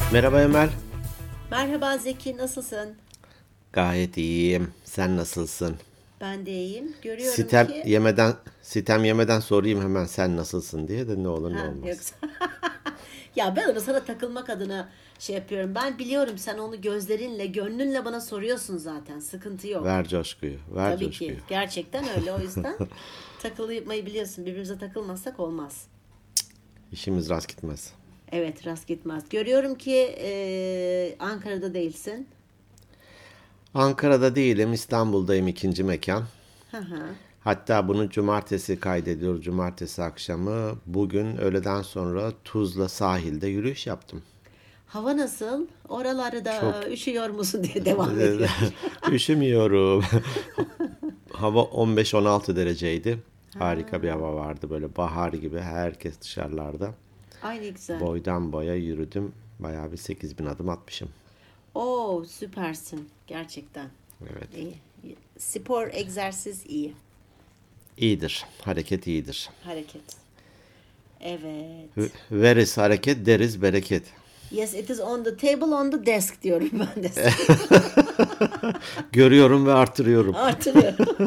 Merhaba Emel. Merhaba Zeki, nasılsın? Gayet iyiyim. Sen nasılsın? Ben de iyiyim. Görüyorum Sitem ki... yemeden sitem yemeden sorayım hemen sen nasılsın diye de ne olur ne Ha, olmaz. yoksa... Ya ben onu sana takılmak adına şey yapıyorum. Ben biliyorum sen onu gözlerinle, gönlünle bana soruyorsun zaten. Sıkıntı yok. Ver coşkuyu, ver Tabii ki. coşkuyu. Gerçekten öyle. O yüzden takılmayı biliyorsun. Birbirimize takılmazsak olmaz. İşimiz rast gitmez. Evet, rast gitmez. Görüyorum ki Ankara'da değilsin. Ankara'da değilim, İstanbul'dayım ikinci mekan. Hı hı. Hatta bunu cumartesi kaydediyoruz, cumartesi akşamı. Bugün öğleden sonra Tuzla sahilde yürüyüş yaptım. Hava nasıl? Çok Oralarda üşüyor musun diye devam ediyor. üşümüyorum. Hava 15-16 dereceydi. Harika bir hava vardı böyle bahar gibi herkes dışarılarda. Ay ne güzel. Boydan boya yürüdüm. Bayağı bir 8.000 adım atmışım. Oo süpersin gerçekten. Evet. İyi. Spor, egzersiz iyi. İyidir. Hareket iyidir. Hareket. Evet. Veririz hareket deriz bereket. Yes, it is on the table, on the desk diyorum ben de. Görüyorum ve artırıyorum. Artırıyorum.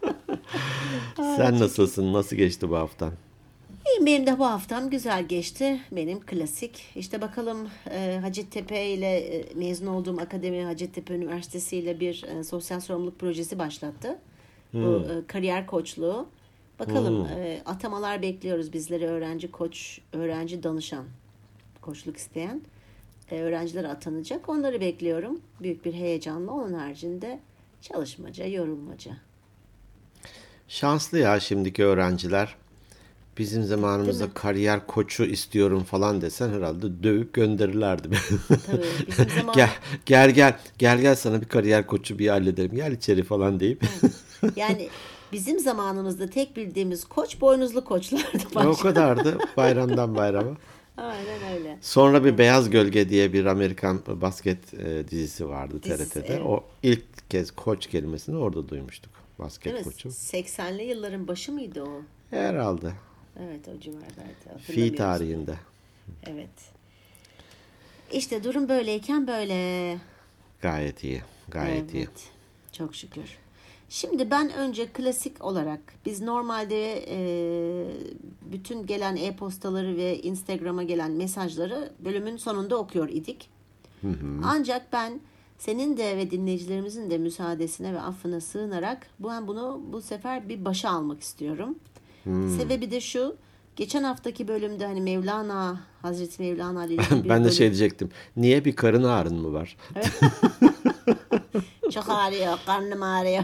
Sen nasılsın? Nasıl geçti bu haftan? İyiyim, benim de bu haftam güzel geçti. Benim klasik. İşte bakalım Hacettepe ile mezun olduğum akademi Hacettepe Üniversitesi ile bir sosyal sorumluluk projesi başlattı. Bu kariyer koçluğu. Bakalım atamalar bekliyoruz bizleri öğrenci koç, öğrenci danışan, koçluk isteyen öğrenciler atanacak. Onları bekliyorum. Büyük bir heyecanla onun haricinde çalışmaca, yorulmaca. Şanslı ya şimdiki öğrenciler. Bizim Değil zamanımızda mi? kariyer koçu istiyorum falan desen herhalde dövüp gönderirlerdi. Tabii bizim Gel zaman gel sana bir kariyer koçu bir halledelim. Gel içeri falan deyip. yani bizim zamanımızda tek bildiğimiz koç boynuzlu koçlardı O başka. kadardı bayramdan bayrama. Aynen öyle. Sonra bir Evet. Beyaz Gölge diye bir Amerikan basket dizisi vardı Dizisi, TRT'de. evet. O ilk kez koç kelimesini orada duymuştuk. Değil Basket mi? koçu. 80'li yılların başı mıydı o? Herhalde. Evet, o civarlarda Fi hatırlamıyoruz da. tarihinde. Evet. İşte durum böyleyken böyle. Gayet iyi. Gayet iyi. Evet. Çok şükür. Şimdi ben önce klasik olarak biz normalde bütün gelen e-postaları ve Instagram'a gelen mesajları bölümün sonunda okuyor idik. Ancak ben senin de ve dinleyicilerimizin de müsaadesine ve affına sığınarak ben bunu bu sefer bir başa almak istiyorum. Sebebi de şu. Geçen haftaki bölümde hani Mevlana, Hazreti Mevlana ile ilgili Ben bir de şey bölüm. diyecektim. Niye bir karın ağrın mı var? Çok ağrıyor, karnım ağrıyor.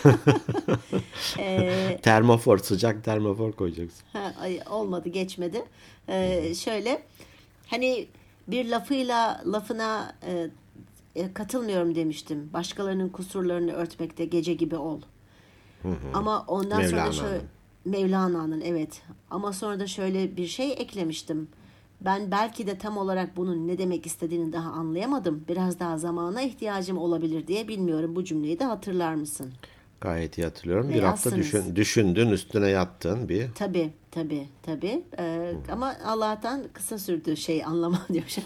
Ee, Termofor, sıcak termofor koyacaksın. olmadı, geçmedi. Şöyle, hani bir lafına katılmıyorum demiştim. Başkalarının kusurlarını örtmekte gece gibi ol. Ama ondan sonra da şöyle Mevlana'nın. Mevlana'nın, evet. Ama sonra da şöyle bir şey eklemiştim. Ben belki de tam olarak bunun ne demek istediğini daha anlayamadım. Biraz daha zamana ihtiyacım olabilir diye bilmiyorum. Bu cümleyi de hatırlar mısın? Gayet iyi hatırlıyorum. Ve Bir hafta yazsınız. düşündün, üstüne yattın bir. Tabii, tabii, tabii. Ama Allah'tan kısa sürdü şey anlama diyor.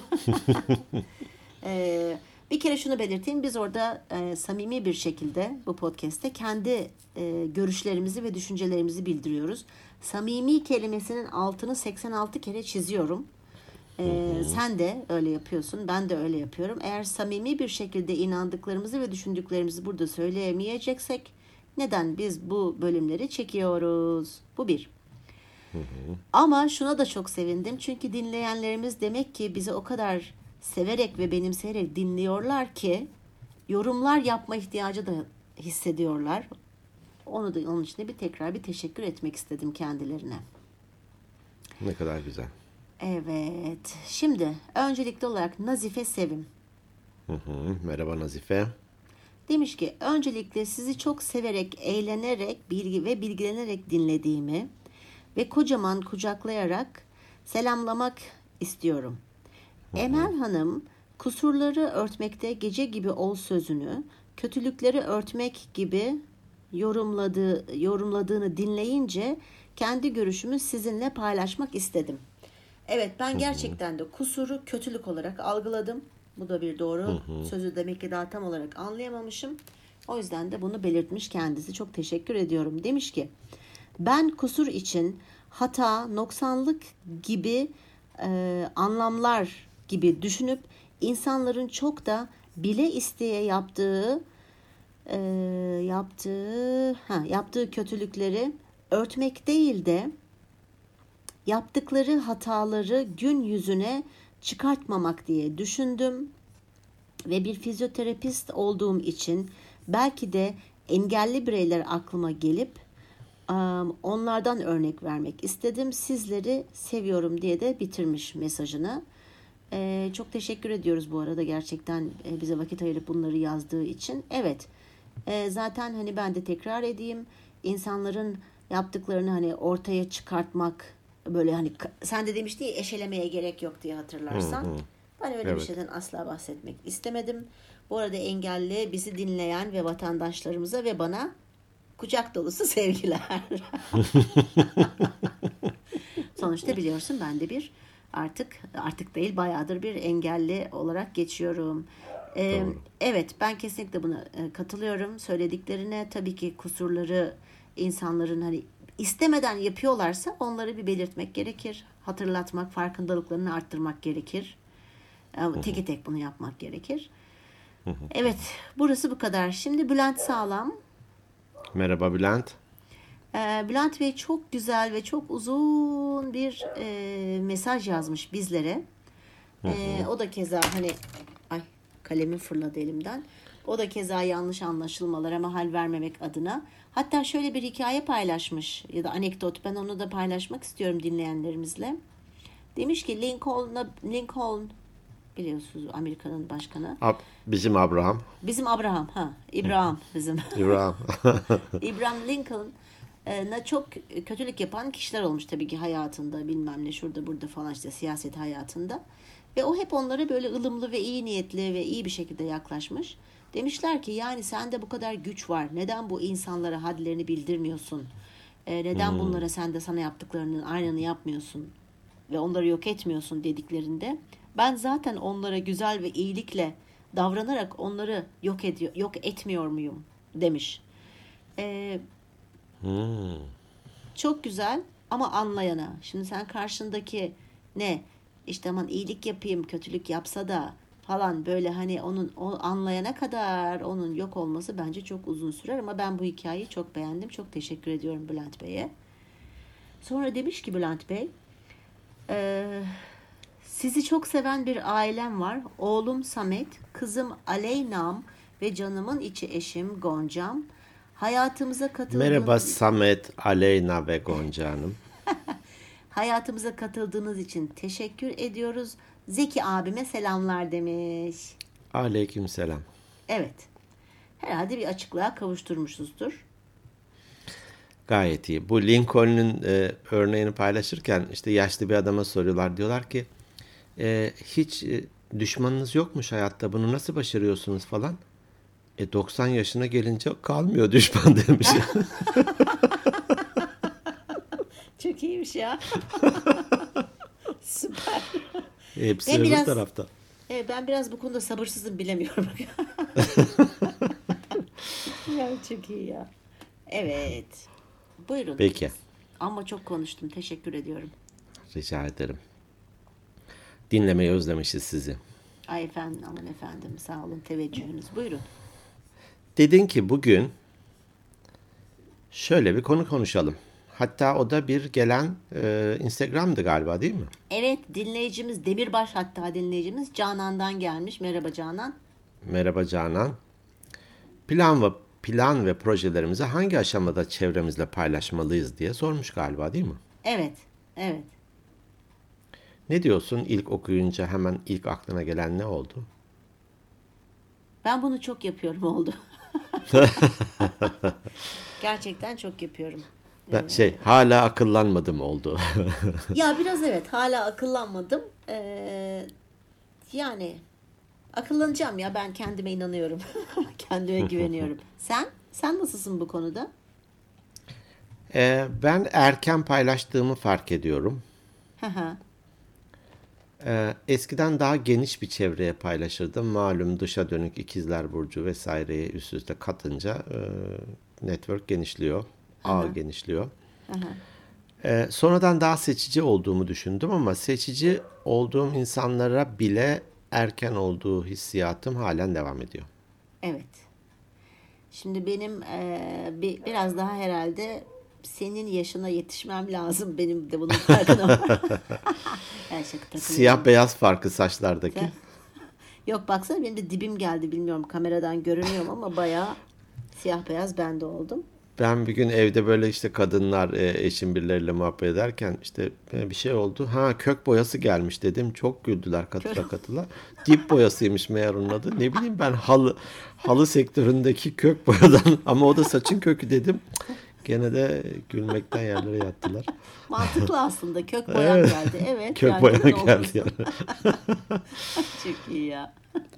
Bir kere şunu belirteyim. Biz orada samimi bir şekilde bu podcast'te kendi görüşlerimizi ve düşüncelerimizi bildiriyoruz. Samimi kelimesinin altını 86 kere çiziyorum. Sen de öyle yapıyorsun. Ben de öyle yapıyorum. Eğer samimi bir şekilde inandıklarımızı ve düşündüklerimizi burada söyleyemeyeceksek neden biz bu bölümleri çekiyoruz? Bu bir. Ama şuna da çok sevindim. Çünkü dinleyenlerimiz demek ki bizi o kadar severek ve benimseyerek dinliyorlar ki yorumlar yapma ihtiyacı da hissediyorlar. Onun için de tekrar bir teşekkür etmek istedim kendilerine. Ne kadar güzel. Evet. Şimdi öncelikli olarak Nazife Sevim Merhaba Nazife. demiş ki öncelikle sizi çok severek, eğlenerek, bilgilenerek dinlediğimi ve kocaman kucaklayarak selamlamak istiyorum. Emel Hanım kusurları örtmekte gece gibi ol sözünü kötülükleri örtmek gibi yorumladığını dinleyince kendi görüşümü sizinle paylaşmak istedim. Evet, ben gerçekten de kusuru kötülük olarak algıladım. Bu da bir doğru. Sözü demek ki daha tam olarak anlayamamışım. O yüzden de bunu belirtmiş kendisi. Çok teşekkür ediyorum. Demiş ki ben kusur için hata, noksanlık gibi anlamlar gibi düşünüp insanların çok da bile isteye yaptığı kötülükleri örtmek değil de yaptıkları hataları gün yüzüne çıkartmamak diye düşündüm ve bir fizyoterapist olduğum için belki de engelli bireyler aklıma gelip onlardan örnek vermek istedim. Sizleri seviyorum diye de bitirmiş mesajını. Çok teşekkür ediyoruz bu arada gerçekten bize vakit ayırıp bunları yazdığı için. Evet, zaten hani ben de tekrar edeyim, insanların yaptıklarını hani ortaya çıkartmak, böyle hani sen de demiştin ya, eşelemeye gerek yok diye hatırlarsan. Ben öyle bir şeyden asla bahsetmek istemedim. Bu arada engelli bizi dinleyen ve vatandaşlarımıza ve bana kucak dolusu sevgiler. Sonuçta biliyorsun ben de bir artık değil bayağıdır bir engelli olarak geçiyorum. Evet, ben kesinlikle buna katılıyorum. Söylediklerine tabii ki kusurları insanların hani istemeden yapıyorlarsa onları bir belirtmek gerekir. Hatırlatmak, farkındalıklarını arttırmak gerekir. Teke tek bunu yapmak gerekir. Evet, burası bu kadar. Şimdi Bülent Sağlam. Merhaba Bülent. Bülent Bey çok güzel ve çok uzun bir mesaj yazmış bizlere. O da keza hani kalemim fırladı elimden. O da keza yanlış anlaşılmalara mahal vermemek adına. Hatta şöyle bir hikaye paylaşmış ya da anekdot. Ben onu da paylaşmak istiyorum dinleyenlerimizle. Demiş ki Lincoln biliyorsunuz Amerika'nın başkanı. Bizim Abraham. Bizim Abraham. İbrahim bizim. İbrahim. İbrahim Lincoln'a çok kötülük yapan kişiler olmuş tabii ki hayatında, bilmem ne şurada burada falan, işte siyaset hayatında. Ve o hep onlara böyle ılımlı ve iyi niyetli ve iyi bir şekilde yaklaşmış. Demişler ki yani sende bu kadar güç var. Neden bu insanlara hadlerini bildirmiyorsun? Neden bunlara sen de sana yaptıklarının aynını yapmıyorsun? Ve onları yok etmiyorsun dediklerinde ben zaten onlara güzel ve iyilikle davranarak onları yok etmiyor muyum demiş. Çok güzel ama anlayana. Şimdi sen karşındaki ne işte aman iyilik yapayım kötülük yapsa da falan böyle hani o anlayana kadar onun yok olması bence çok uzun sürer ama ben bu hikayeyi çok beğendim. Çok teşekkür ediyorum Bülent Bey'e. Sonra demiş ki Bülent Bey sizi çok seven bir ailem var. Oğlum Samet, kızım Aleyna'm ve canımın içi eşim Gonca'm. Hayatımıza Merhaba Samet, Aleyna ve Gonca Hanım. Hayatımıza katıldığınız için teşekkür ediyoruz. Zeki abime selamlar demiş. Aleykümselam. Evet. Herhalde bir açıklığa kavuşturmuşuzdur. Gayet iyi. Bu Lincoln'un örneğini paylaşırken işte yaşlı bir adama soruyorlar. Diyorlar ki hiç düşmanınız yokmuş hayatta. Bunu nasıl başarıyorsunuz falan. 90 yaşına gelince kalmıyor düşman demiş. Çok iyiymiş ya. Süper. Hepsi öbür tarafta. Ben biraz bu konuda sabırsızım, bilemiyorum. Ya çok iyi ya. Evet. Buyurun. Peki. Ama çok konuştum. Teşekkür ediyorum. Rica ederim. Dinlemeyi özlemişiz sizi. Ay efendim, aman efendim. Sağ olun teveccühünüz. Buyurun. Dedin ki bugün şöyle bir konu konuşalım. Hatta o da bir gelen Instagram'dı galiba, değil mi? Evet, dinleyicimiz Demirbaş, hatta dinleyicimiz Canan'dan gelmiş. Merhaba Canan. Merhaba Canan. Plan ve projelerimizi hangi aşamada çevremizle paylaşmalıyız diye sormuş galiba, değil mi? Evet, evet. Ne diyorsun ilk okuyunca hemen ilk aklına gelen ne oldu? Ben bunu çok yapıyorum oldu. Gerçekten çok yapıyorum. Hala akıllanmadım oldu. Ya biraz evet, hala akıllanmadım. Yani akıllanacağım ya, ben kendime inanıyorum. Kendime güveniyorum. Sen nasılsın bu konuda? Ben erken paylaştığımı fark ediyorum. Eskiden daha geniş bir çevreye paylaşırdım. Malum dışa dönük ikizler burcu vesaireyi üst üste katınca network genişliyor, ağ Aha, genişliyor. aha. Sonradan daha seçici olduğumu düşündüm ama seçici olduğum insanlara bile erken olduğu hissiyatım halen devam ediyor. Evet. Şimdi benim biraz daha herhalde senin yaşına yetişmem lazım. Benim de bunun farkına var. Ben şaka Siyah takılıyorum. beyaz farkı saçlardaki. Yok baksana benim de dibim geldi. Bilmiyorum kameradan görünüyor mu ama bayağı siyah beyaz ben de oldum. Ben bir gün evde böyle işte kadınlar eşim birileriyle muhabbet ederken işte bir şey oldu. Ha, kök boyası gelmiş dedim. Çok güldüler katıla katıla. Dip boyasıymış meğer onun adı. Ne bileyim ben halı sektöründeki kök boyadan ama o da saçın kökü dedim. Gene de gülmekten yerlere yattılar. Mantıklı aslında. Kök boyam geldi. Evet Kök yani boya neden geldi olmasın? yani. Çok iyi ya.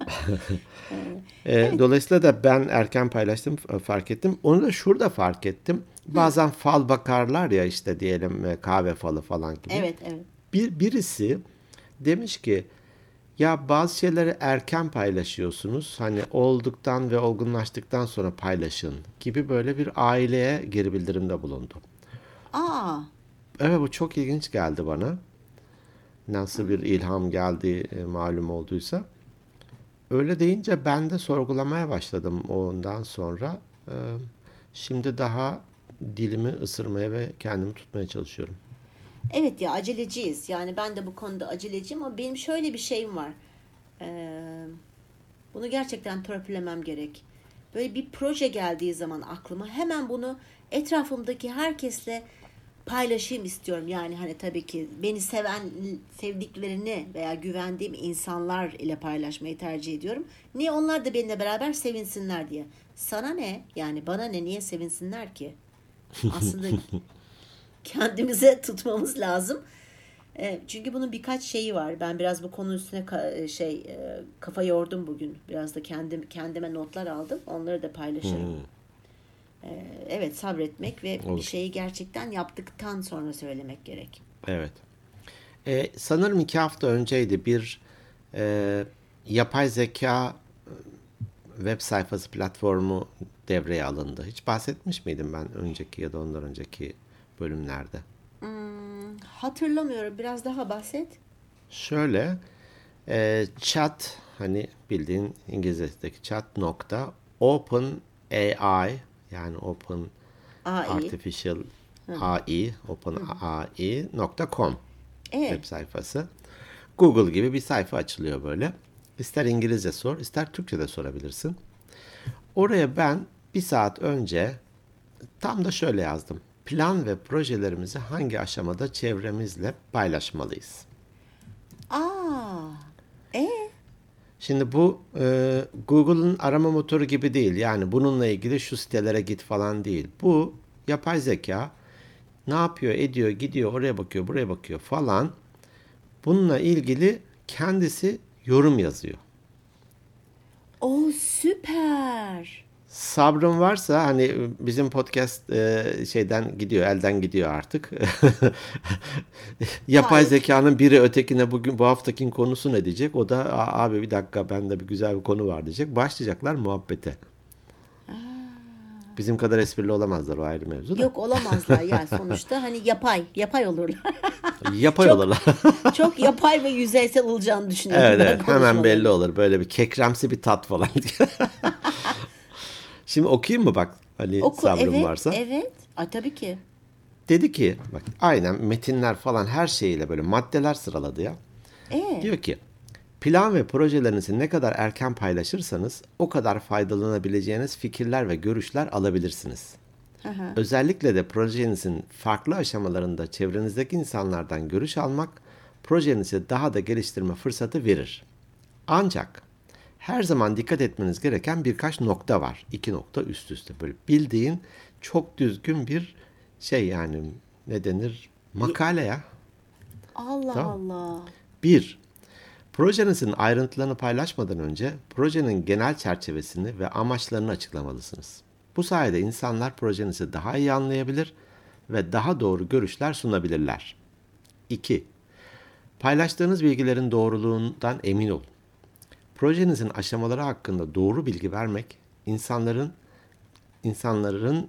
Dolayısıyla da ben erken paylaştım, fark ettim. Onu da şurada fark ettim. Bazen fal bakarlar ya işte diyelim kahve falı falan gibi. Evet evet. Birisi demiş ki ya bazı şeyleri erken paylaşıyorsunuz. Hani olduktan ve olgunlaştıktan sonra paylaşın gibi böyle bir aileye geri bildirimde bulundu. Aa, Evet, bu çok ilginç geldi bana. Nasıl bir ilham geldi malum olduysa. Öyle deyince ben de sorgulamaya başladım ondan sonra. E, Şimdi daha dilimi ısırmaya ve kendimi tutmaya çalışıyorum. evet ya aceleciyiz. Yani ben de bu konuda aceleciyim ama benim şöyle bir şeyim var. Ee, Bunu gerçekten törpülemem gerek. Böyle bir proje geldiği zaman aklıma hemen bunu etrafımdaki herkesle paylaşayım istiyorum. Yani hani tabii ki beni sevdiklerini veya güvendiğim insanlar ile paylaşmayı tercih ediyorum. Niye? Onlar da benimle beraber sevinsinler diye. Sana ne? Yani bana ne? Niye sevinsinler ki? Aslında kendimize tutmamız lazım. Çünkü bunun birkaç şeyi var. Ben biraz bu konu üstüne kafa yordum bugün. Biraz da kendime notlar aldım. Onları da paylaşırım. Evet, sabretmek ve bir Olur. şeyi gerçekten yaptıktan sonra söylemek gerek. Evet. Sanırım 2 hafta önceydi bir e, yapay zeka web sayfası platformu devreye alındı. Hiç bahsetmiş miydim ben önceki ya da ondan önceki bölümlerde? Hatırlamıyorum. Biraz daha bahset. Şöyle chat, hani bildiğin İngilizce'deki chat nokta open AI, yani open Aa iyi. artificial AI, open AI nokta com Evet. web sayfası. Google gibi bir sayfa açılıyor böyle. İster İngilizce sor, ister Türkçe de sorabilirsin. Oraya ben 1 saat önce tam da şöyle yazdım. Plan ve projelerimizi hangi aşamada çevremizle paylaşmalıyız? Aa. E. Şimdi bu Google'ın arama motoru gibi değil. Yani bununla ilgili şu sitelere git falan değil. Bu yapay zeka ne yapıyor, ediyor, gidiyor, oraya bakıyor, buraya bakıyor falan. Bununla ilgili kendisi yorum yazıyor. O süper. Sabrın varsa hani bizim podcast şeyden gidiyor, elden gidiyor artık. Yapay Hayır. zekanın biri ötekine bugün bu haftakin konusu ne diyecek? O da abi bir dakika bende bir güzel bir konu var diyecek. Başlayacaklar muhabbete. Bizim kadar esprili olamazlar, o ayrı mevzu da. Yok olamazlar yani sonuçta hani yapay olurlar. Yapay Çok olurlar. çok yapay ve yüzeysel olacağını düşünüyorum Evet, ben evet, hemen belli konuşmalarının. olur. Böyle bir kekremsi bir tat falan. Şimdi okuyayım mı bak, hani Oku sabrım evet varsa. evet. Ay tabii ki. Dedi ki bak, aynen metinler falan her şeyiyle böyle maddeler sıraladı ya. E. Diyor ki plan ve projelerinizi ne kadar erken paylaşırsanız o kadar faydalanabileceğiniz fikirler ve görüşler alabilirsiniz. Hı hı. Özellikle de projenizin farklı aşamalarında çevrenizdeki insanlardan görüş almak projenizi daha da geliştirme fırsatı verir. Ancak her zaman dikkat etmeniz gereken birkaç nokta var. 2 nokta üst üste böyle bildiğin çok düzgün bir şey, yani ne denir? Ye- Makale ya. Allah Tamam. Allah. Bir, projenizin ayrıntılarını paylaşmadan önce projenin genel çerçevesini ve amaçlarını açıklamalısınız. Bu sayede insanlar projenizi daha iyi anlayabilir ve daha doğru görüşler sunabilirler. 2. Paylaştığınız bilgilerin doğruluğundan emin olun. Projenizin aşamaları hakkında doğru bilgi vermek insanların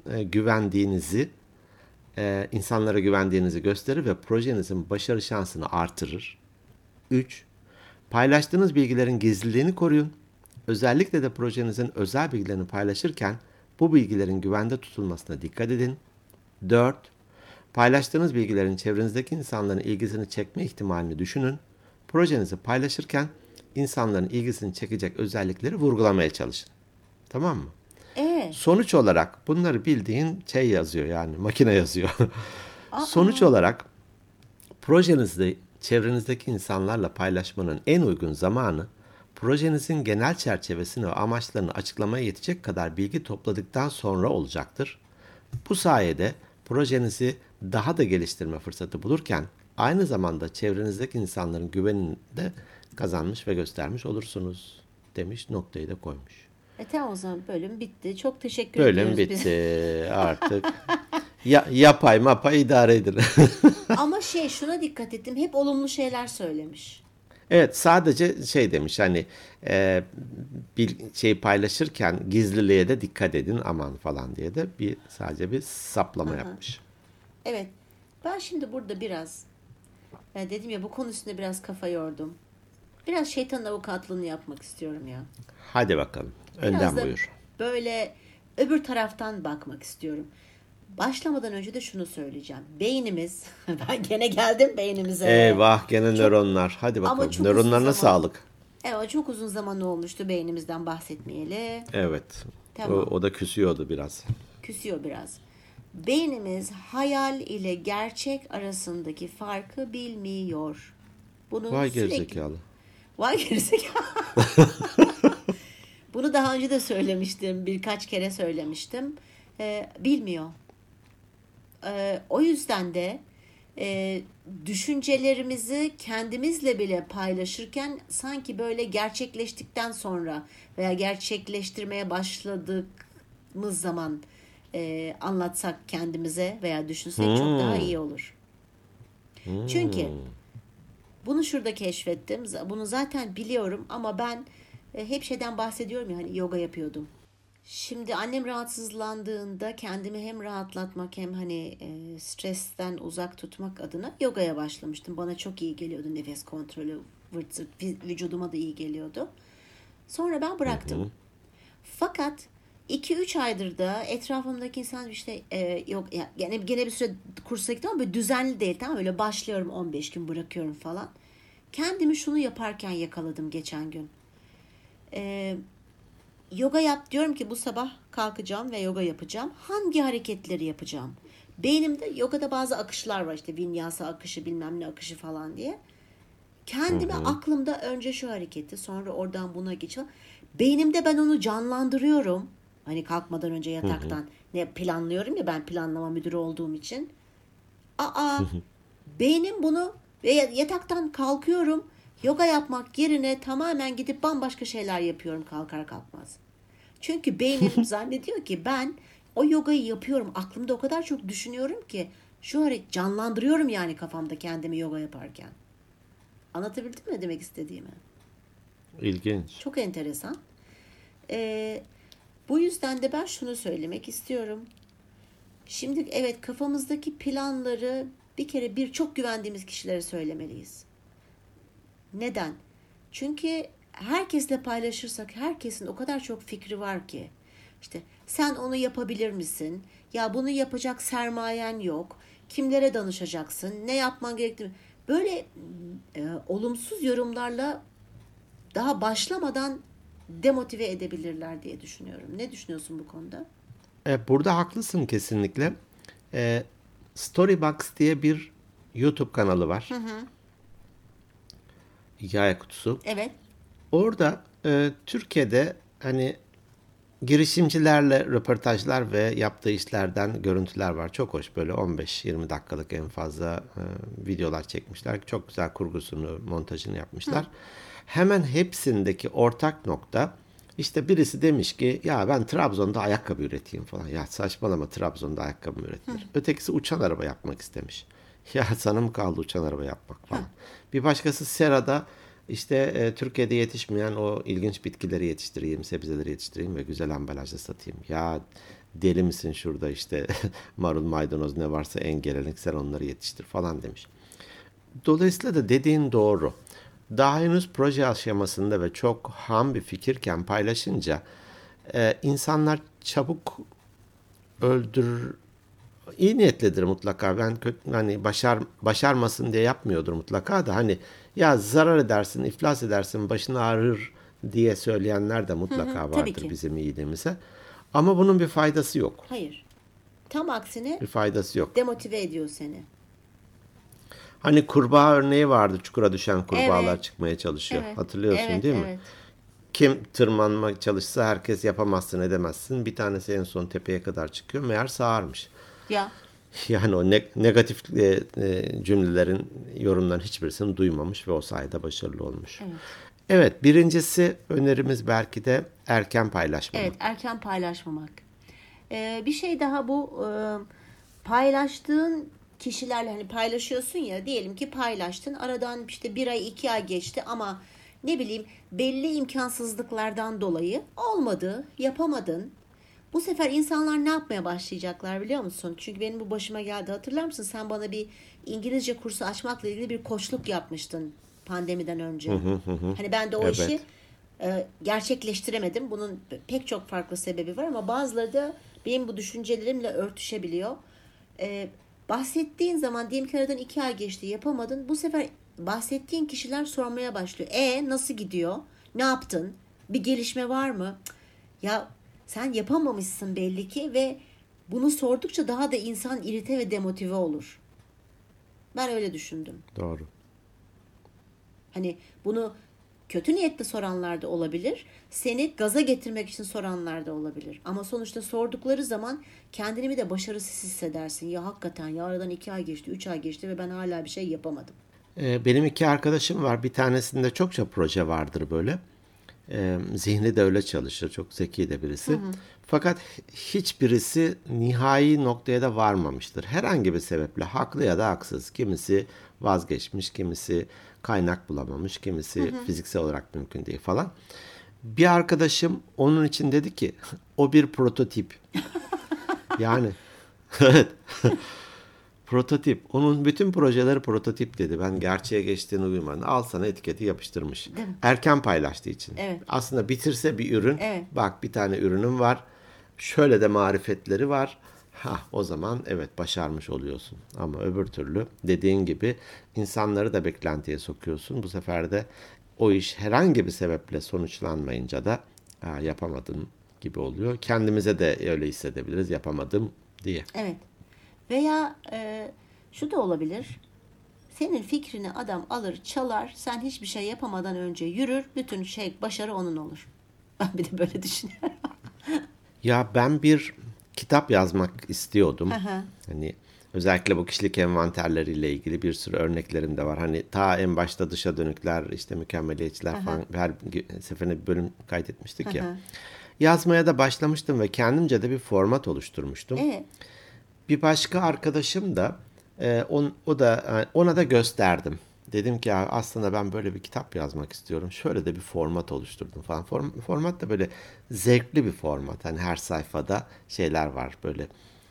insanlara güvendiğinizi gösterir ve projenizin başarı şansını artırır. 3. Paylaştığınız bilgilerin gizliliğini koruyun. Özellikle de projenizin özel bilgilerini paylaşırken bu bilgilerin güvende tutulmasına dikkat edin. 4. Paylaştığınız bilgilerin çevrenizdeki insanların ilgisini çekme ihtimalini düşünün. Projenizi paylaşırken insanların ilgisini çekecek özellikleri vurgulamaya çalışın. Tamam mı? Sonuç olarak bunları bildiğin yazıyor, yani makine yazıyor. Sonuç olarak projenizi çevrenizdeki insanlarla paylaşmanın en uygun zamanı, projenizin genel çerçevesini ve amaçlarını açıklamaya yetecek kadar bilgi topladıktan sonra olacaktır. Bu sayede projenizi daha da geliştirme fırsatı bulurken aynı zamanda çevrenizdeki insanların güvenini de kazanmış ve göstermiş olursunuz demiş, noktayı da koymuş. Tamam, o zaman bölüm bitti. Çok teşekkür Bölüm ediyoruz bitti artık. Yapay mapay idare edin. Ama şuna dikkat ettim. Hep olumlu şeyler söylemiş. Evet, sadece demiş, hani bir paylaşırken gizliliğe de dikkat edin aman falan diye de sadece bir saplama yapmış. Evet. Ben şimdi burada biraz dedim ya, bu konu üstünde biraz kafa yordum. Biraz şeytanın avukatlığını yapmak istiyorum ya. Hadi bakalım. Biraz Önden da buyur. böyle öbür taraftan bakmak istiyorum. Başlamadan önce de şunu söyleyeceğim. Beynimiz, ben gene geldim beynimize. Eyvah, gene nöronlar. Hadi bakalım. çok Nöronlarına uzun zaman- sağlık. Evet, çok uzun zaman olmuştu beynimizden bahsetmeyeli. Evet. Tamam. O da küsüyordu biraz. Küsüyor biraz. Beynimiz hayal ile gerçek arasındaki farkı bilmiyor. Bunu Vay sürekli... gerizekalı. Vay gerizekalı. Bunu daha önce de söylemiştim. Birkaç kere söylemiştim. Bilmiyor. O yüzden de düşüncelerimizi kendimizle bile paylaşırken sanki böyle gerçekleştikten sonra veya gerçekleştirmeye başladığımız zaman anlatsak kendimize veya düşünsek çok daha iyi olur. Çünkü bunu şurada keşfettim. Bunu zaten biliyorum ama ben hep şeyden bahsediyorum ya, hani yoga yapıyordum. Şimdi annem rahatsızlandığında kendimi hem rahatlatmak hem hani stresten uzak tutmak adına yogaya başlamıştım. Bana çok iyi geliyordu, nefes kontrolü, vücuduma da iyi geliyordu. Sonra ben bıraktım. Fakat 2-3 aydır da etrafımdaki insan yok gene bir süre kursa gittim ama böyle düzenli değil, tamam, öyle başlıyorum 15 gün bırakıyorum falan. Kendimi şunu yaparken yakaladım geçen gün. Yoga yap diyorum ki bu sabah kalkacağım ve yoga yapacağım. Hangi hareketleri yapacağım? Beynimde yogada bazı akışlar var, işte vinyasa akışı, bilmem ne akışı falan diye. Kendime aklımda önce şu hareketi, sonra oradan buna geçiyor. Beynimde ben onu canlandırıyorum. Hani kalkmadan önce yataktan ne planlıyorum ya, ben planlama müdürü olduğum için. Beynim bunu ve yataktan kalkıyorum. Yoga yapmak yerine tamamen gidip bambaşka şeyler yapıyorum kalkar kalkmaz. Çünkü beynim zannediyor ki ben o yogayı yapıyorum. Aklımda o kadar çok düşünüyorum ki canlandırıyorum yani kafamda kendimi yoga yaparken. Anlatabildim mi demek istediğimi? İlginç. Çok enteresan. Bu yüzden de ben şunu söylemek istiyorum. Şimdi evet, kafamızdaki planları bir kere çok güvendiğimiz kişilere söylemeliyiz. Neden? Çünkü herkesle paylaşırsak herkesin o kadar çok fikri var ki. İşte sen onu yapabilir misin? Ya bunu yapacak sermayen yok. Kimlere danışacaksın? Ne yapman gerektiğini. Böyle olumsuz yorumlarla daha başlamadan demotive edebilirler diye düşünüyorum. Ne düşünüyorsun bu konuda? Burada haklısın kesinlikle. Storybox diye bir YouTube kanalı var. Hikaye kutusu. Evet. Orada Türkiye'de hani girişimcilerle röportajlar ve yaptığı işlerden görüntüler var. Çok hoş, böyle 15-20 dakikalık en fazla videolar çekmişler. Çok güzel kurgusunu, montajını yapmışlar. Hemen hepsindeki ortak nokta, işte birisi demiş ki ya ben Trabzon'da ayakkabı üreteyim falan. Ya saçmalama, Trabzon'da ayakkabı mı üretilir? Ötekisi uçan araba yapmak istemiş. Ya sana mı kaldı uçan araba yapmak falan. Bir başkası serada işte Türkiye'de yetişmeyen o ilginç bitkileri yetiştireyim, sebzeleri yetiştireyim ve güzel ambalajla satayım. Ya deli misin şurada işte marul, maydanoz ne varsa en geleneksel onları yetiştir falan demiş. Dolayısıyla da dediğin doğru. Daha henüz proje aşamasında ve çok ham bir fikirken paylaşınca insanlar çabuk öldür iyi niyetlidir mutlaka. Ben hani başarmasın diye yapmıyordur mutlaka da hani ya zarar edersin, iflas edersin, başın ağrır diye söyleyenler de mutlaka Tabii vardır ki. bizim iyiliğimize. Ama bunun bir faydası yok. Hayır. Tam aksine Bir faydası yok. demotive ediyor seni. Hani kurbağa örneği vardı. Çukura düşen kurbağalar Evet. çıkmaya çalışıyor. Evet. Hatırlıyorsun Evet. değil mi? Evet. Kim tırmanmak çalışsa herkes yapamazsın edemezsin. Bir tanesi en son tepeye kadar çıkıyor. Meğer sağırmış. Ya. Yani o negatif cümlelerin, yorumların hiçbirisini duymamış ve o sayede başarılı olmuş. Evet. Evet, birincisi önerimiz belki de erken paylaşmamak. Evet, erken paylaşmamak. Bir şey daha bu paylaştığın kişilerle hani paylaşıyorsun ya diyelim ki paylaştın aradan işte 1 ay 2 ay geçti ama ne bileyim belli imkansızlıklardan dolayı olmadı, yapamadın. Bu sefer insanlar ne yapmaya başlayacaklar biliyor musun? Çünkü benim bu başıma geldi. Hatırlar mısın? Sen bana bir İngilizce kursu açmakla ilgili bir koçluk yapmıştın pandemiden önce. Hani ben de o Evet. işi gerçekleştiremedim. Bunun pek çok farklı sebebi var ama bazıları da benim bu düşüncelerimle örtüşebiliyor. Bahsettiğin zaman diyelim ki aradan 2 ay geçti yapamadın. Bu sefer bahsettiğin kişiler sormaya başlıyor. Nasıl gidiyor? Ne yaptın? Bir gelişme var mı? Cık, ya sen yapamamışsın belli ki ve bunu sordukça daha da insan irite ve demotive olur. Ben öyle düşündüm. Doğru. Hani bunu kötü niyetle soranlar da olabilir. Seni gaza getirmek için soranlar da olabilir. Ama sonuçta sordukları zaman kendini bir de başarısız hissedersin. Ya hakikaten ya aradan 2 ay geçti, 3 ay geçti ve ben hala bir şey yapamadım. Benim 2 arkadaşım var. Bir tanesinde çokça proje vardır böyle. Zihni de öyle çalışır. Çok zeki de birisi. Fakat hiçbirisi nihai noktaya da varmamıştır. Herhangi bir sebeple haklı ya da haksız. Kimisi vazgeçmiş, kimisi kaynak bulamamış, kimisi fiziksel olarak mümkün değil falan. Bir arkadaşım onun için dedi ki o bir prototip. Yani evet. Prototip. Onun bütün projeleri prototip dedi. Ben gerçeğe geçtiğini duymadım. Al sana etiketi yapıştırmış. Değil mi? Erken paylaştığı için. Evet. Aslında bitirse bir ürün. Evet. Bak bir tane ürünüm var. Şöyle de marifetleri var. O zaman evet başarmış oluyorsun. Ama öbür türlü dediğin gibi insanları da beklentiye sokuyorsun. Bu sefer de o iş herhangi bir sebeple sonuçlanmayınca da yapamadım gibi oluyor. Kendimize de öyle hissedebiliriz yapamadım diye. Evet. Veya şu da olabilir. Senin fikrini adam alır, çalar. Sen hiçbir şey yapamadan önce yürür. Bütün şey, başarı onun olur. Ben bir de böyle düşünüyorum. Ya ben bir kitap yazmak istiyordum. Hı hı. Hani özellikle bu kişilik envanterleriyle ilgili bir sürü örneklerim de var. Hani ta en başta dışa dönükler, işte mükemmeliyetçiler falan her seferinde bir bölüm kaydetmiştik ya. Yazmaya da başlamıştım ve kendimce de bir format oluşturmuştum. Bir başka arkadaşım da ona da gösterdim. Dedim ki ya aslında ben böyle bir kitap yazmak istiyorum. Şöyle de bir format oluşturdum falan. Format da böyle zevkli bir format. Hani her sayfada şeyler var böyle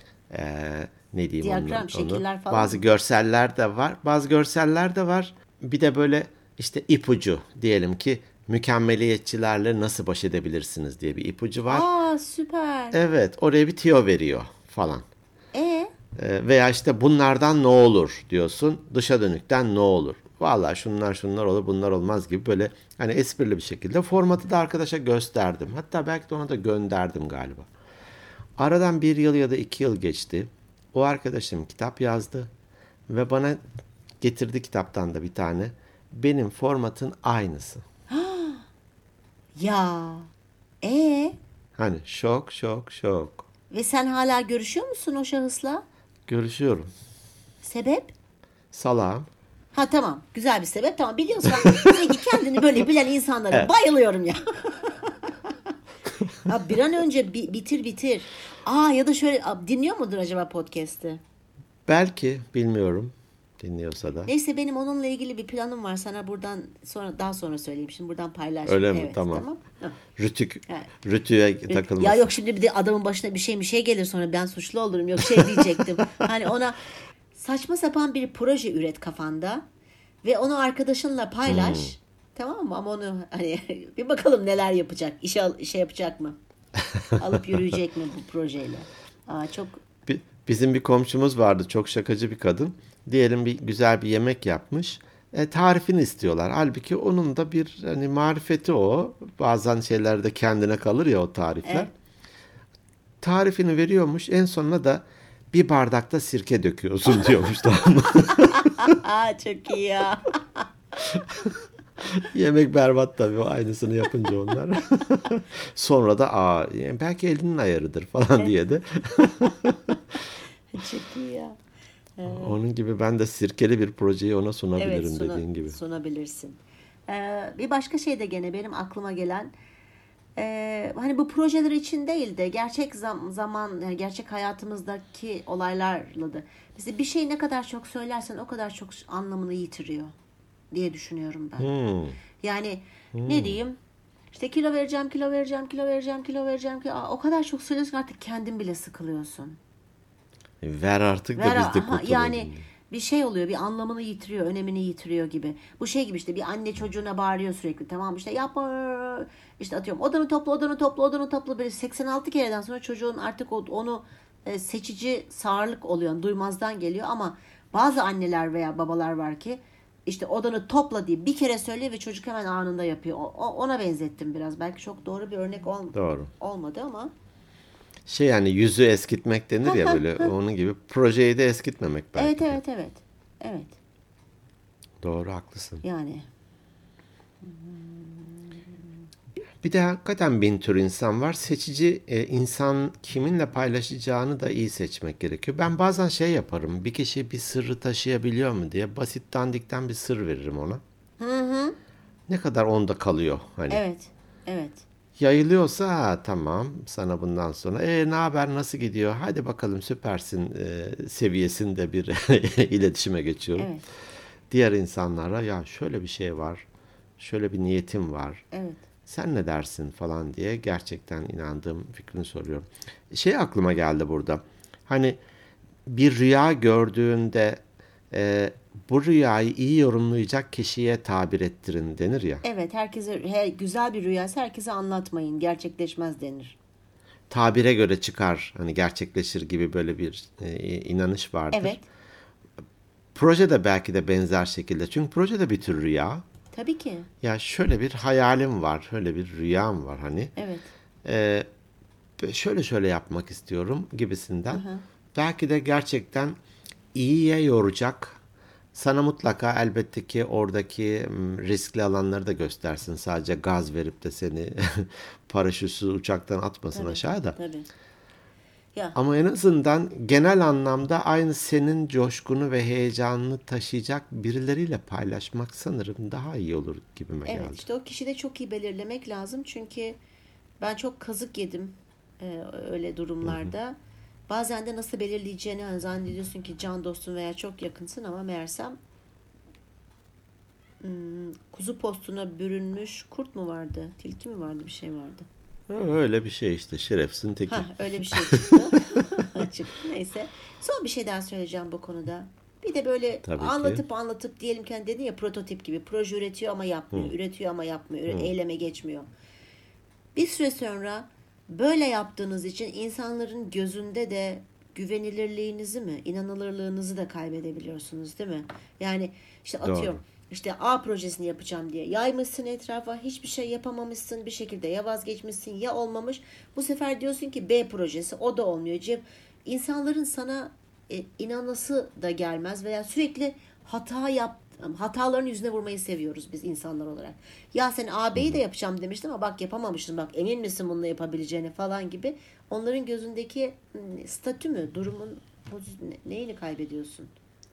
ne diyeyim Diyagram, şekiller falan bazı mı? görseller de var. Bazı görseller de var. Bir de böyle işte ipucu diyelim ki mükemmeliyetçilerle nasıl baş edebilirsiniz diye bir ipucu var. Aa süper. Evet, oraya bir tüyo veriyor falan. E Veya işte bunlardan ne olur diyorsun. Dışa dönükten ne olur? Vallahi şunlar olur bunlar olmaz gibi böyle hani esprili bir şekilde formatı da arkadaşa gösterdim. Hatta belki de ona da gönderdim galiba. Aradan 1 yıl ya da 2 yıl geçti. O arkadaşım kitap yazdı ve bana getirdi kitaptan da bir tane. Benim formatın aynısı. ya e Hani şok şok şok. ve sen hala görüşüyor musun o şahısla? Görüşüyorum. Sebep? Salağım. Ha tamam. Güzel bir sebep. Tamam biliyorsan peki kendini böyle bilen insanlara Evet. bayılıyorum ya. Ya bir an önce bitir. Ya da şöyle dinliyor mudur acaba podcast'i? Belki bilmiyorum. dinliyorsa da. Neyse benim onunla ilgili bir planım var. Sana buradan daha sonra söyleyeyim. Şimdi buradan paylaşayım. Öyle mi? Evet, Tamam. tamam. Hı. Rütük, Evet. rütüye Ya takılmasın. yok şimdi bir de adamın başına bir şey gelir sonra ben suçlu olurum. Yok diyecektim. Hani ona saçma sapan bir proje üret kafanda ve onu arkadaşınla paylaş. Tamam mı? Ama onu hani bir bakalım neler yapacak. İşe yapacak mı? Alıp yürüyecek mi bu projeyle? Çok Bizim bir komşumuz vardı, çok şakacı bir kadın. Diyelim bir güzel bir yemek yapmış. Tarifini istiyorlar. Halbuki onun da bir hani marifeti o. Bazen şeylerde kendine kalır ya o tarifler. evet. Tarifini veriyormuş. En sonuna da bir bardakta sirke döküyorsun diyormuş, tamam mı? Çok iyi ya. Yemek berbat tabii, o aynısını yapınca onlar. Sonra da yani belki elinin ayarıdır falan diye de. Çok iyi ya. Onun gibi ben de sirkeli bir projeyi ona sunabilirim, Evet, dediğin gibi. sunabilirsin. Bir başka şey de gene benim aklıma gelen hani bu projeler için değil de gerçek zaman yani gerçek hayatımızdaki olaylarla da mesela bir şeyi ne kadar çok söylersen o kadar çok anlamını yitiriyor diye düşünüyorum ben. Yani ne diyeyim? İşte kilo vereceğim, kilo vereceğim, kilo vereceğim, kilo vereceğim. O kadar çok söylüyorsun ki artık kendin bile sıkılıyorsun. Ver artık da biz de kurtulalım. Yani bir şey oluyor, bir anlamını yitiriyor, önemini yitiriyor gibi. Bu şey gibi işte bir anne çocuğuna bağırıyor sürekli, tamam işte yapma, işte atıyorum odanı topla, odanı topla, odanı topla, böyle 86 kereden sonra çocuğun artık onu seçici sağırlık oluyor, yani duymazdan geliyor. Ama bazı anneler veya babalar var ki işte odanı topla diye bir kere söylüyor ve çocuk hemen anında yapıyor. Ona benzettim biraz. Belki çok doğru bir örnek Doğru. olmadı ama. Yani yüzü eskitmek denir ya, böyle onun gibi projeyi de eskitmemek belki Evet, de. evet. Evet. Doğru, haklısın. Yani. Bir de hakikaten bin tür insan var. Seçici insan kiminle paylaşacağını da iyi seçmek gerekiyor. Ben bazen şey yaparım. Bir kişi bir sırrı taşıyabiliyor mu diye basit dandikten bir sır veririm ona. Ne kadar onda kalıyor hani. Evet. Evet. Yayılıyorsa tamam, sana bundan sonra ne haber, nasıl gidiyor, hadi bakalım süpersin seviyesinde bir iletişime geçiyorum. Evet. Diğer insanlara ya şöyle bir şey var, şöyle bir niyetim var, Evet. sen ne dersin falan diye gerçekten inandığım fikrini soruyorum. Aklıma geldi burada. Hani bir rüya gördüğünde bu rüyayı iyi yorumlayacak kişiye tabir ettirin denir ya. Evet. Güzel bir rüyası herkese anlatmayın. Gerçekleşmez denir. Tabire göre çıkar, hani gerçekleşir gibi böyle bir inanış vardır. Evet. Proje de belki de benzer şekilde. Çünkü proje de bir tür rüya. Tabii ki. Ya şöyle bir hayalim var, şöyle bir rüyam var hani. Evet. E, şöyle yapmak istiyorum gibisinden. Belki de gerçekten iyiye yoracak. Sana mutlaka elbette ki oradaki riskli alanları da göstersin. Sadece gaz verip de seni paraşütsüz uçaktan atmasın aşağıda. Tabii. Ya. Ama en azından genel anlamda aynı senin coşkunu ve heyecanını taşıyacak birileriyle paylaşmak sanırım daha iyi olur gibime Evet. geldi. İşte o kişi de çok iyi belirlemek lazım. Çünkü ben çok kazık yedim öyle durumlarda. Bazen de nasıl belirleyeceğini hani zannediyorsun ki can dostun veya çok yakınsın ama meğersem kuzu postuna bürünmüş kurt mu vardı? Tilki mi vardı? Bir şey vardı. Öyle bir şey işte, şerefsin teki. Öyle bir şey çıktı. Çıktı. Neyse. Son bir şey daha söyleyeceğim bu konuda. Bir de böyle Tabii ki. anlatıp diyelim ki hani dedin ya prototip gibi proje üretiyor ama yapmıyor. Üretiyor ama yapmıyor. Eyleme geçmiyor. Bir süre sonra böyle yaptığınız için insanların gözünde de güvenilirliğinizi mi, inanılırlığınızı da kaybedebiliyorsunuz, değil mi? Yani işte atıyorum. Doğru. İşte A projesini yapacağım diye yaymışsın etrafa, hiçbir şey yapamamışsın bir şekilde, ya vazgeçmişsin ya olmamış. Bu sefer diyorsun ki B projesi, o da olmuyor. İnsanların sana inanası da gelmez veya sürekli hataların yüzüne vurmayı seviyoruz biz insanlar olarak. Ya sen AB'yi de yapacağım demiştin ama bak yapamamışsın, bak emin misin bunu yapabileceğini falan gibi. Onların gözündeki statü mü, durumun neyini kaybediyorsun?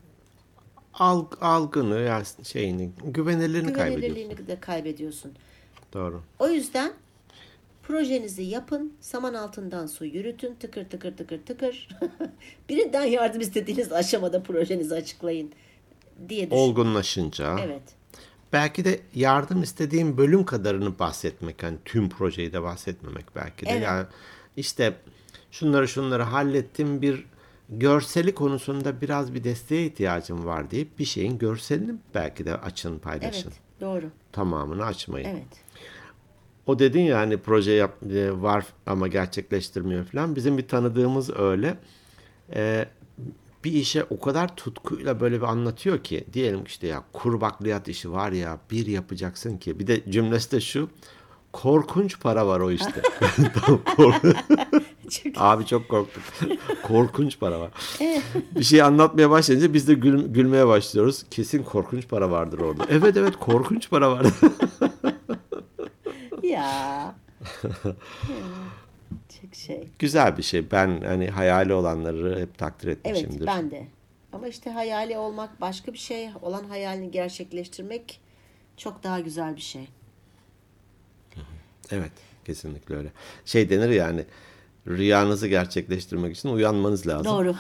Algını ya güvenilirliğini kaybediyorsun. Güvenilirliğini de kaybediyorsun. Doğru. O yüzden projenizi yapın, saman altından su yürütün, tıkır tıkır tıkır tıkır. Birinden yardım istediğiniz aşamada projenizi açıklayın. diye düşün. olgunlaşınca, Evet. belki de yardım istediğim bölüm kadarını bahsetmek, hani tüm projeyi de bahsetmemek belki de. Evet. Yani işte şunları hallettim, bir görseli konusunda biraz bir desteğe ihtiyacım var deyip bir şeyin görselini belki de açın, Evet. paylaşın. Doğru. Tamamını açmayın. Evet. O dedin ya hani var ama gerçekleştirmiyor falan. Bizim bir tanıdığımız öyle. Ee, Bir işe o kadar tutkuyla böyle bir anlatıyor ki, diyelim ki işte ya kur bakliyat işi var ya, bir yapacaksın ki, bir de cümlesi de şu: korkunç para var o işte. Tamam, Çok abi çok korktuk. Korkunç para var. Bir şey anlatmaya başlayınca biz de gülmeye başlıyoruz. Kesin korkunç para vardır orada. Evet evet, korkunç para var. ya. Çok şey. Güzel bir şey. Ben hani hayali olanları hep takdir Evet, etmişimdir. ben de. Ama işte hayali olmak başka bir şey. Olan hayalini gerçekleştirmek çok daha güzel bir şey. Evet, kesinlikle öyle. Şey denir yani, rüyanızı gerçekleştirmek için uyanmanız lazım. Doğru.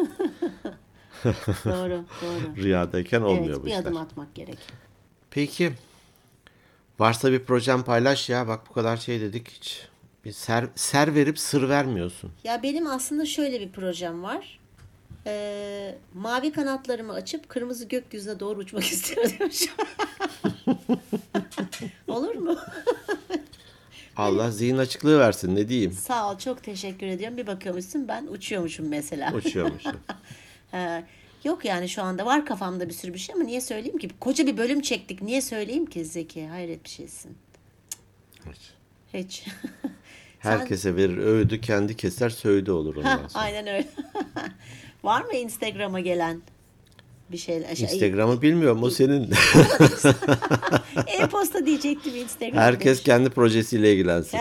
Doğru. Doğru. Rüyadayken olmuyor Evet, bu bir işler. adım atmak gerek. Peki, varsa bir projem paylaş ya. Bak bu kadar şey dedik, hiç bir ser verip sır vermiyorsun. Ya benim aslında şöyle bir projem var. Mavi kanatlarımı açıp kırmızı gökyüzüne doğru uçmak istiyorum şu an. Olur mu? Allah zihin açıklığı versin, ne diyeyim. Sağ ol, çok teşekkür ediyorum. Bir bakıyormuşsun ben uçuyormuşum mesela. Uçuyormuşum. Yok yani şu anda var kafamda bir sürü bir şey ama niye söyleyeyim ki? Koca bir bölüm çektik. Niye söyleyeyim ki Zeki? Hayret bir şeysin. Hiç. Sen Herkese verir öğüdü, kendi keser söğüdü olur ondan sonra. aynen öyle. Var mı Instagram'a gelen bir şeyler? Instagram'ı bilmiyorum, o senin. E-posta diyecektim Instagram. Herkes kendi projesiyle ilgilensin.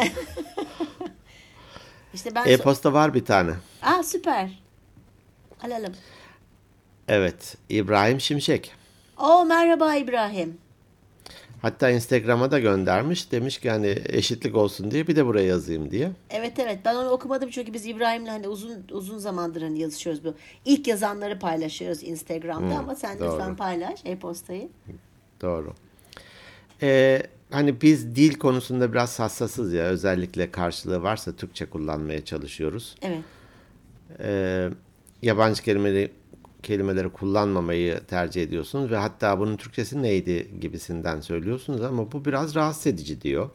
İşte ben E-posta var bir tane. süper. Alalım. Evet, İbrahim Şimşek. Merhaba İbrahim. Hatta Instagram'a da göndermiş. Demiş ki hani eşitlik olsun diye bir de buraya yazayım diye. Evet, ben onu okumadım çünkü biz İbrahim'le hani uzun zamandır hani yazışıyoruz bu. İlk yazanları paylaşıyoruz Instagram'da ama sen doğru. lütfen paylaş e-postayı. Doğru. Hani biz dil konusunda biraz hassasız ya. Özellikle karşılığı varsa Türkçe kullanmaya çalışıyoruz. Evet. Yabancı kelimeleri kullanmamayı tercih ediyorsunuz ve hatta bunun Türkçesi neydi gibisinden söylüyorsunuz ama bu biraz rahatsız edici diyor.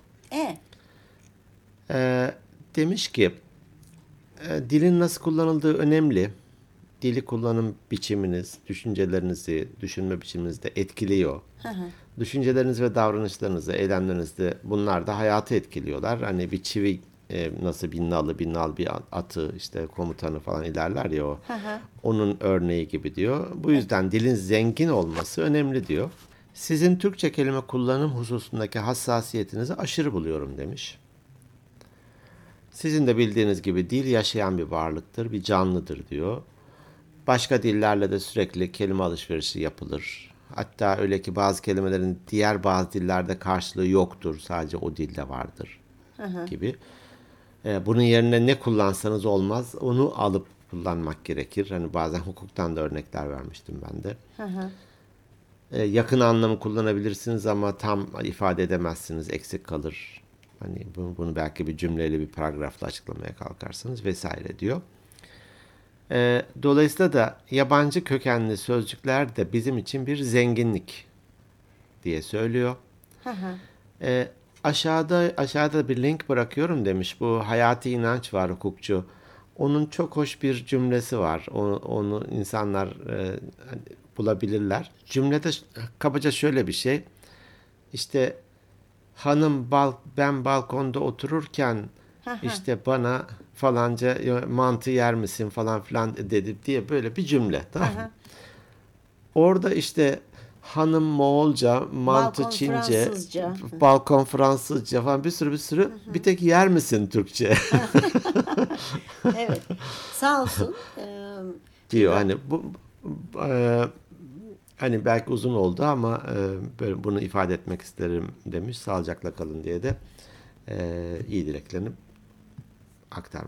Demiş ki dilin nasıl kullanıldığı önemli. Dili kullanım biçiminiz, düşüncelerinizi, düşünme biçiminizi de etkiliyor. Düşünceleriniz ve davranışlarınızı, eylemlerinizi, bunlar da hayatı etkiliyorlar. Hani bir çivi nasıl bir nal bir atı, işte komutanı falan ilerler ya o. Onun örneği gibi diyor. Bu yüzden dilin zengin olması önemli diyor. Sizin Türkçe kelime kullanım hususundaki hassasiyetinizi aşırı buluyorum demiş. Sizin de bildiğiniz gibi dil yaşayan bir varlıktır, bir canlıdır diyor. Başka dillerle de sürekli kelime alışverişi yapılır. Hatta öyle ki bazı kelimelerin diğer bazı dillerde karşılığı yoktur, sadece o dilde vardır gibi. Bunun yerine ne kullansanız olmaz, onu alıp kullanmak gerekir. Hani bazen hukuktan da örnekler vermiştim ben de. Yakın anlamı kullanabilirsiniz ama tam ifade edemezsiniz, eksik kalır. Hani bunu belki bir cümleyle, bir paragrafla açıklamaya kalkarsanız vesaire diyor. Dolayısıyla da yabancı kökenli sözcükler de bizim için bir zenginlik diye söylüyor. Aşağıda bir link bırakıyorum demiş. Bu Hayati İnanç var, hukukçu. Onun çok hoş bir cümlesi var. Onu insanlar bulabilirler. Cümlede kabaca şöyle bir şey. İşte hanım ben balkonda otururken işte bana falanca mantı yer misin falan filan dedi diye böyle bir cümle. Tamam mı? Orada işte hanım Moğolca, mantı Balkon Çince, Fransızca. balkon Fransızca falan bir sürü. Bir tek yer misin Türkçe Evet. Sağ olsun. diyor. Hani e, hani belki uzun oldu ama böyle bunu ifade etmek isterim demiş. Sağlıcakla kalın diye de iyi dileklerini aktarmış.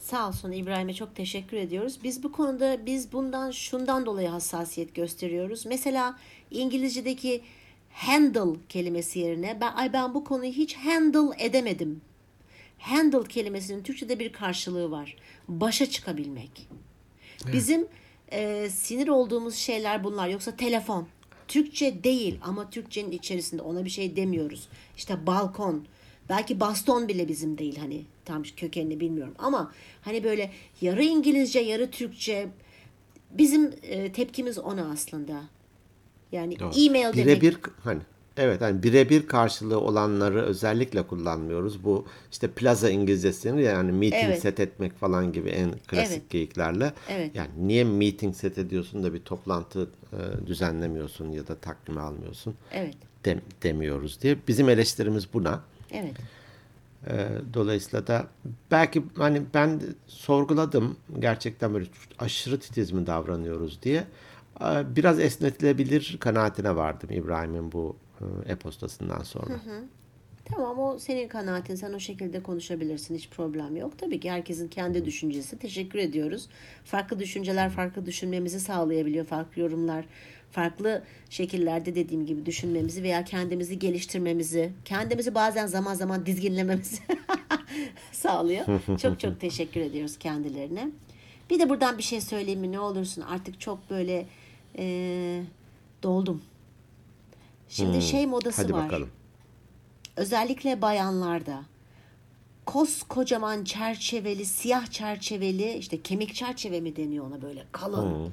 Sağ olsun, İbrahim'e çok teşekkür ediyoruz. Biz bu konuda şundan dolayı hassasiyet gösteriyoruz. Mesela İngilizce'deki handle kelimesi yerine ben bu konuyu hiç handle edemedim. Handle kelimesinin Türkçe'de bir karşılığı var. Başa çıkabilmek. Bizim sinir olduğumuz şeyler bunlar. Yoksa telefon. Türkçe değil ama Türkçenin içerisinde, ona bir şey demiyoruz. İşte balkon. Belki baston bile bizim değil, hani tam kökenini bilmiyorum. Ama hani böyle yarı İngilizce yarı Türkçe, bizim tepkimiz ona aslında. Yani Doğru. e-mail demek. Birebir hani evet, hani birebir karşılığı olanları özellikle kullanmıyoruz. Bu işte plaza İngilizcesini, yani meeting Evet. set etmek falan gibi en klasik Evet. geyiklerle. Evet. Yani niye meeting set ediyorsun da bir toplantı düzenlemiyorsun ya da takvime almıyorsun Evet. demiyoruz diye. Bizim eleştirimiz buna. Evet. Dolayısıyla da belki hani ben sorguladım, gerçekten böyle aşırı titiz mi davranıyoruz diye. Biraz esnetilebilir kanaatine vardım İbrahim'in bu e-postasından sonra. Tamam, o senin kanaatin. Sen o şekilde konuşabilirsin. Hiç problem yok. Tabii ki herkesin kendi düşüncesi. Teşekkür ediyoruz. Farklı düşünceler farklı düşünmemizi sağlayabiliyor. Farklı yorumlar farklı şekillerde, dediğim gibi, düşünmemizi veya kendimizi geliştirmemizi, kendimizi bazen zaman zaman dizginlememizi sağlıyor. Çok çok teşekkür ediyoruz kendilerine. Bir de buradan bir şey söyleyeyim mi? Ne olursun, artık çok böyle doldum. Şimdi şey modası Hadi var. bakalım. Özellikle bayanlarda koskocaman çerçeveli, siyah çerçeveli, işte kemik çerçeve mi deniyor ona, böyle kalın.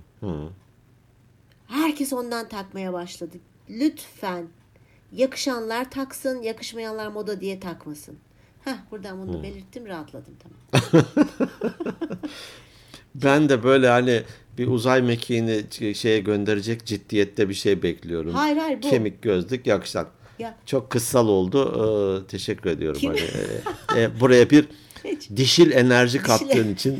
Herkes ondan takmaya başladı. Lütfen yakışanlar taksın, yakışmayanlar moda diye takmasın. Buradan bunu belirttim, rahatladım, tamam. Ben de böyle hani bir uzay mekiğini şeye gönderecek ciddiyette bir şey bekliyorum. Hayır, bu. Kemik gözlük yakışan. Ya. Çok kıssal oldu. Teşekkür ediyorum. Kim? Hani, buraya bir dişil enerji kattığın için.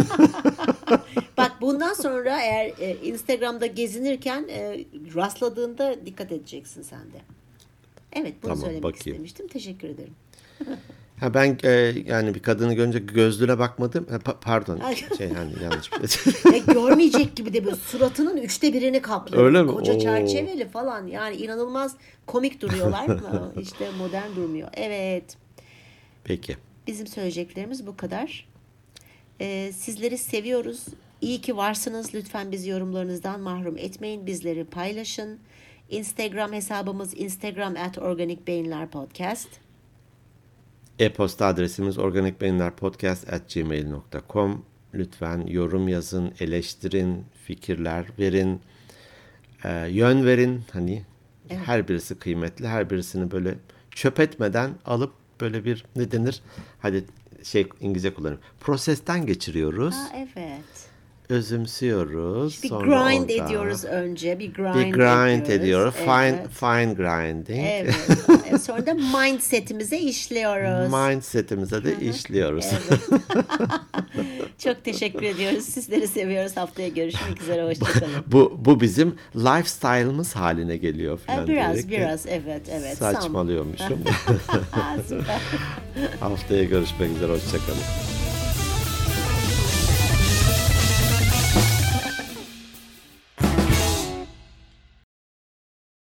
Bak, bundan sonra eğer Instagram'da gezinirken rastladığında dikkat edeceksin sen de. Evet, bunu Tamam, söylemek bakayım. istemiştim. Teşekkür ederim. Ben yani bir kadını görünce gözlüğüne bakmadım. Pardon. Hani yanlış bir şey. Görmeyecek gibi de böyle suratının 1/3'ünü kaplıyor. Öyle mi? Koca Oo. çerçeveli falan. Yani inanılmaz komik duruyorlar ama işte modern durmuyor. Evet. Peki. Bizim söyleyeceklerimiz bu kadar. Sizleri seviyoruz. İyi ki varsınız. Lütfen bizi yorumlarınızdan mahrum etmeyin. Bizleri paylaşın. Instagram hesabımız instagram@organikbeyinlerpodcast. E-posta adresimiz organikbeyinlerpodcast@gmail.com. Lütfen yorum yazın, eleştirin, fikirler verin, yön verin. Hani her birisi kıymetli. Her birisini böyle çöp etmeden alıp böyle bir, ne denir? Hadi İngilizce kullanıyorum. Prosesten geçiriyoruz. Evet. Özümsüyoruz. Bir Sonra grind orada ediyoruz önce. Bir grind grind ediyoruz. Evet. Fine grinding. Evet. Sonra da mindsetimize işliyoruz. Mindsetimize de işliyoruz. Evet. Çok teşekkür ediyoruz. Sizleri seviyoruz. Haftaya görüşmek üzere. Hoşçakalın. Bu bizim lifestyle'ımız haline geliyor falan. Biraz evet. Saçmalıyormuşum. Süper. Haftaya görüşmek üzere. Hoşçakalın.